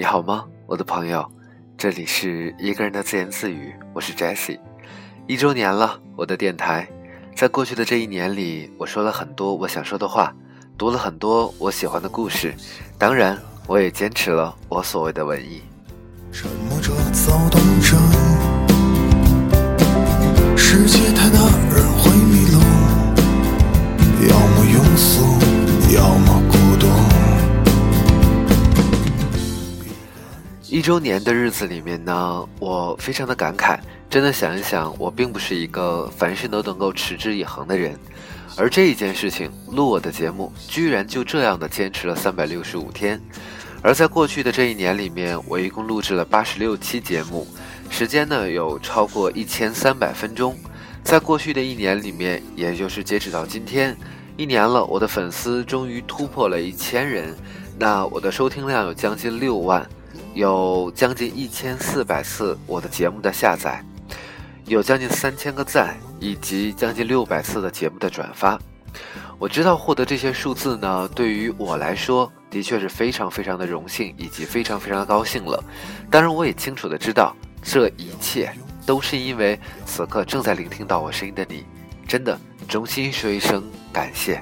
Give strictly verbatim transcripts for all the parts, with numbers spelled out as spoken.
好吗，我的朋友？这里是一个人的自言自语，我是 Jessie。一周年了，我的电台。在过去的这一年里，我说了很多我想说的话，读了很多我喜欢的故事，当然，我也坚持了我所谓的文艺。 沉默着，躁动着，世界太大，人会迷路，要么庸俗，要么孤独。 一周年的日子里面呢，我非常的感慨，真的想一想，我并不是一个凡事都能够持之以恒的人，而这一件事情，录我的节目，居然就这样的坚持了三百六十五天。而在过去的这一年里面，我一共录制了八十六期节目，时间呢有超过一千三百分钟。在过去的一年里面，也就是截止到今天，一年了，我的粉丝终于突破了一千人，那我的收听量有将近六万，有将近一千四百次我的节目的下载，有将近三千个赞，以及将近六百次的节目的转发。我知道获得这些数字呢，对于我来说的确是非常非常的荣幸，以及非常非常的高兴了。当然我也清楚的知道，这一切都是因为此刻正在聆听到我声音的你，真的衷心说一声感谢。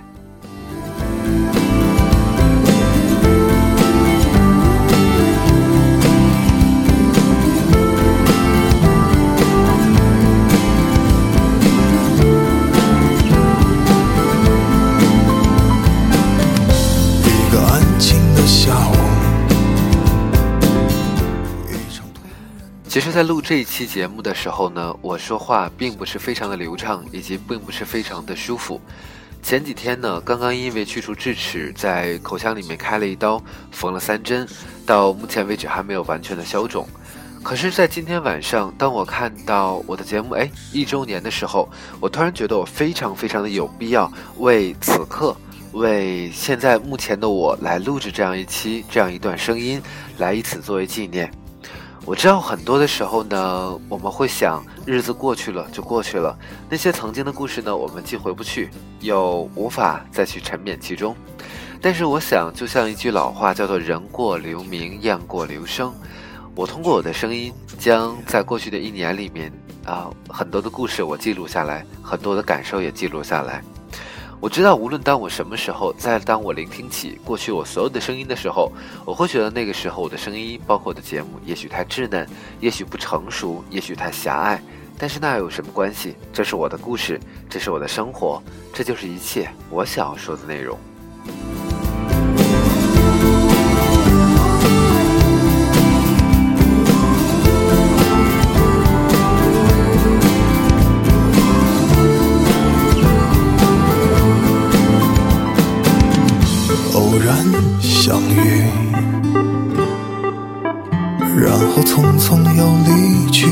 其实在录这一期节目的时候呢，我说话并不是非常的流畅，以及并不是非常的舒服。前几天呢，刚刚因为去除智齿，在口腔里面开了一刀，缝了三针，到目前为止还没有完全的消肿。可是在今天晚上，当我看到我的节目哎一周年的时候，我突然觉得我非常非常的有必要为此刻，为现在目前的我来录制这样一期这样一段声音，来以此作为纪念。我知道很多的时候呢，我们会想日子过去了就过去了，那些曾经的故事呢，我们既回不去，又无法再去沉湎其中。但是我想，就像一句老话叫做人过留名，雁过留声。我通过我的声音，将在过去的一年里面啊，很多的故事我记录下来，很多的感受也记录下来。我知道无论当我什么时候，在当我聆听起过去我所有的声音的时候，我会觉得那个时候我的声音，包括我的节目，也许太稚嫩，也许不成熟，也许太狭隘，但是那有什么关系？这是我的故事，这是我的生活，这就是一切我想要说的内容。 偶然相遇，然后匆匆又离去，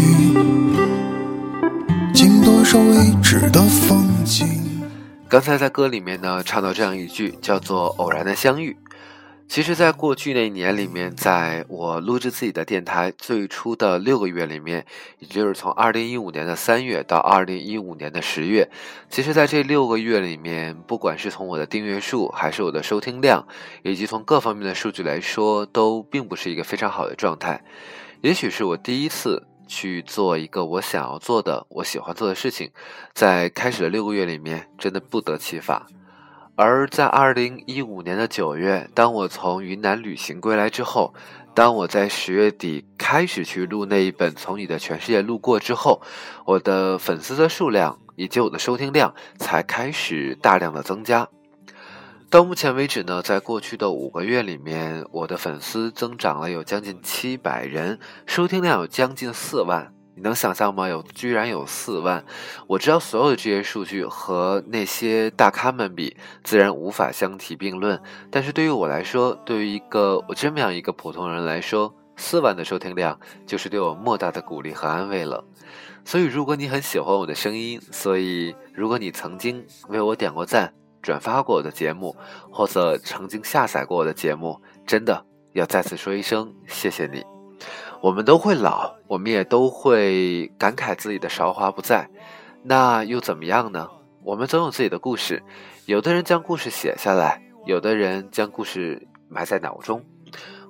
经多少未知的风景。 刚才在歌里面呢唱到这样一句叫做偶然的相遇。其实在过去那一年里面，在我录制自己的电台最初的六个月里面，也就是从二零一五年的三月到二零一五年的十月，其实在这六个月里面，不管是从我的订阅数还是我的收听量，以及从各方面的数据来说，都并不是一个非常好的状态。也许是我第一次去做一个我想要做的我喜欢做的事情，在开始的六个月里面真的不得其法。而在二零一五年的九月，当我从云南旅行归来之后，当我在十月底开始去录那一本《从你的全世界路过》之后，我的粉丝的数量以及我的收听量才开始大量的增加。到目前为止呢，在过去的五个月里面，我的粉丝增长了有将近七百人，收听量有将近四万。你能想象吗？有居然有四万！我知道所有的这些数据和那些大咖们比，自然无法相提并论。但是对于我来说，对于一个我这么样一个普通人来说，四万的收听量就是对我莫大的鼓励和安慰了。所以如果你很喜欢我的声音，所以如果你曾经为我点过赞，转发过我的节目，或者曾经下载过我的节目，真的要再次说一声谢谢你。我们都会老，我们也都会感慨自己的韶华不再，那又怎么样呢？我们总有自己的故事，有的人将故事写下来，有的人将故事埋在脑中。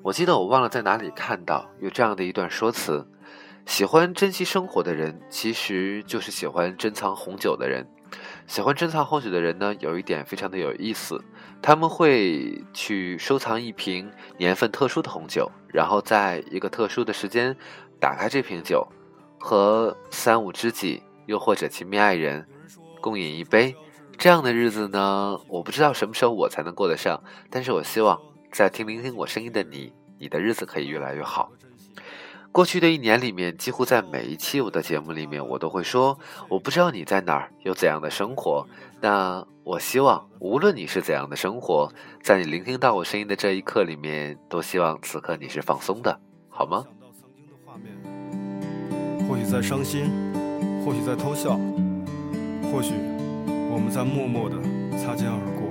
我记得我忘了在哪里看到有这样的一段说辞，喜欢珍惜生活的人，其实就是喜欢珍藏红酒的人。喜欢珍藏红酒的人呢，有一点非常的有意思，他们会去收藏一瓶年份特殊的红酒，然后在一个特殊的时间打开这瓶酒，和三五知己又或者亲密爱人共饮一杯。这样的日子呢，我不知道什么时候我才能过得上，但是我希望在听聆听我声音的你，你的日子可以越来越好。过去的一年里面，几乎在每一期我的节目里面，我都会说，我不知道你在哪儿，有怎样的生活。那我希望，无论你是怎样的生活，在你聆听到我声音的这一刻里面，都希望此刻你是放松的，好吗？ 或许在伤心，或许在偷笑，或许我们在默默地擦肩而过。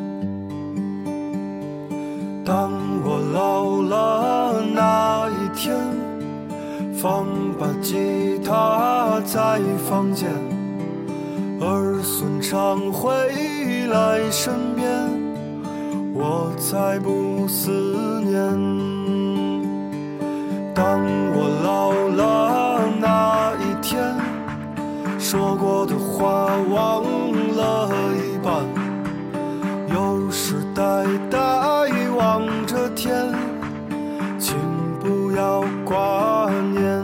当我老了那一天，放把吉他在房间，儿孙常回来身边，我再不思念。当我老了那一天，说过的话忘了一半，有时呆呆望着天，请不要挂念。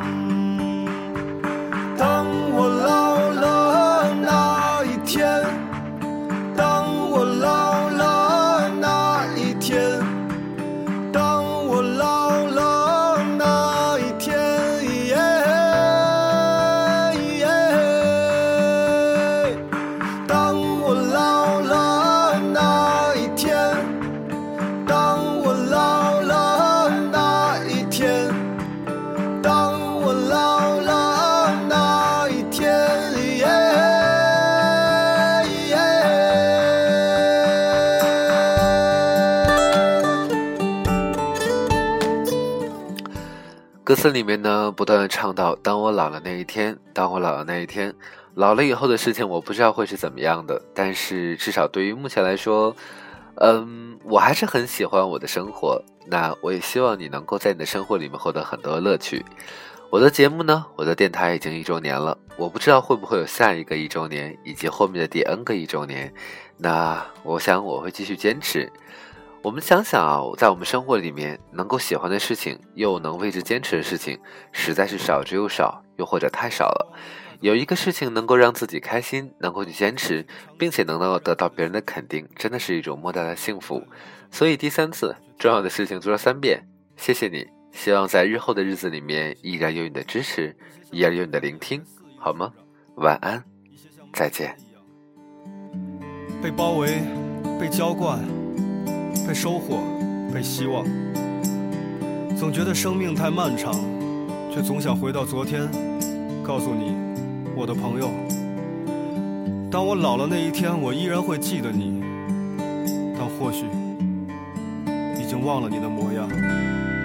当我老了那一天，当我老了那一天，当我老了那一天，当我老了那一天，当我老了那一天，当我老了那一天， 歌词里面呢，不断的唱到，当我老了那一天，当我老了那一天，老了以后的事情我不知道会是怎么样的，但是至少对于目前来说，嗯，我还是很喜欢我的生活。那我也希望你能够在你的生活里面获得很多乐趣。我的节目呢，我的电台已经一周年了，我不知道会不会有下一个一周年，以及后面的第 N 个一周年。那我想我会继续坚持。我们想想啊，在我们生活里面能够喜欢的事情，又能为之坚持的事情，实在是少之又少，又或者太少了。有一个事情能够让自己开心，能够去坚持，并且能够得到别人的肯定，真的是一种莫大的幸福。所以第三次，重要的事情做了三遍，谢谢你。希望在日后的日子里面，依然有你的支持，依然有你的聆听，好吗？晚安，再见。 被包围，被浇灌，被收获，被希望，总觉得生命太漫长，却总想回到昨天，告诉你，我的朋友，当我老了那一天，我依然会记得你，但或许已经忘了你的模样。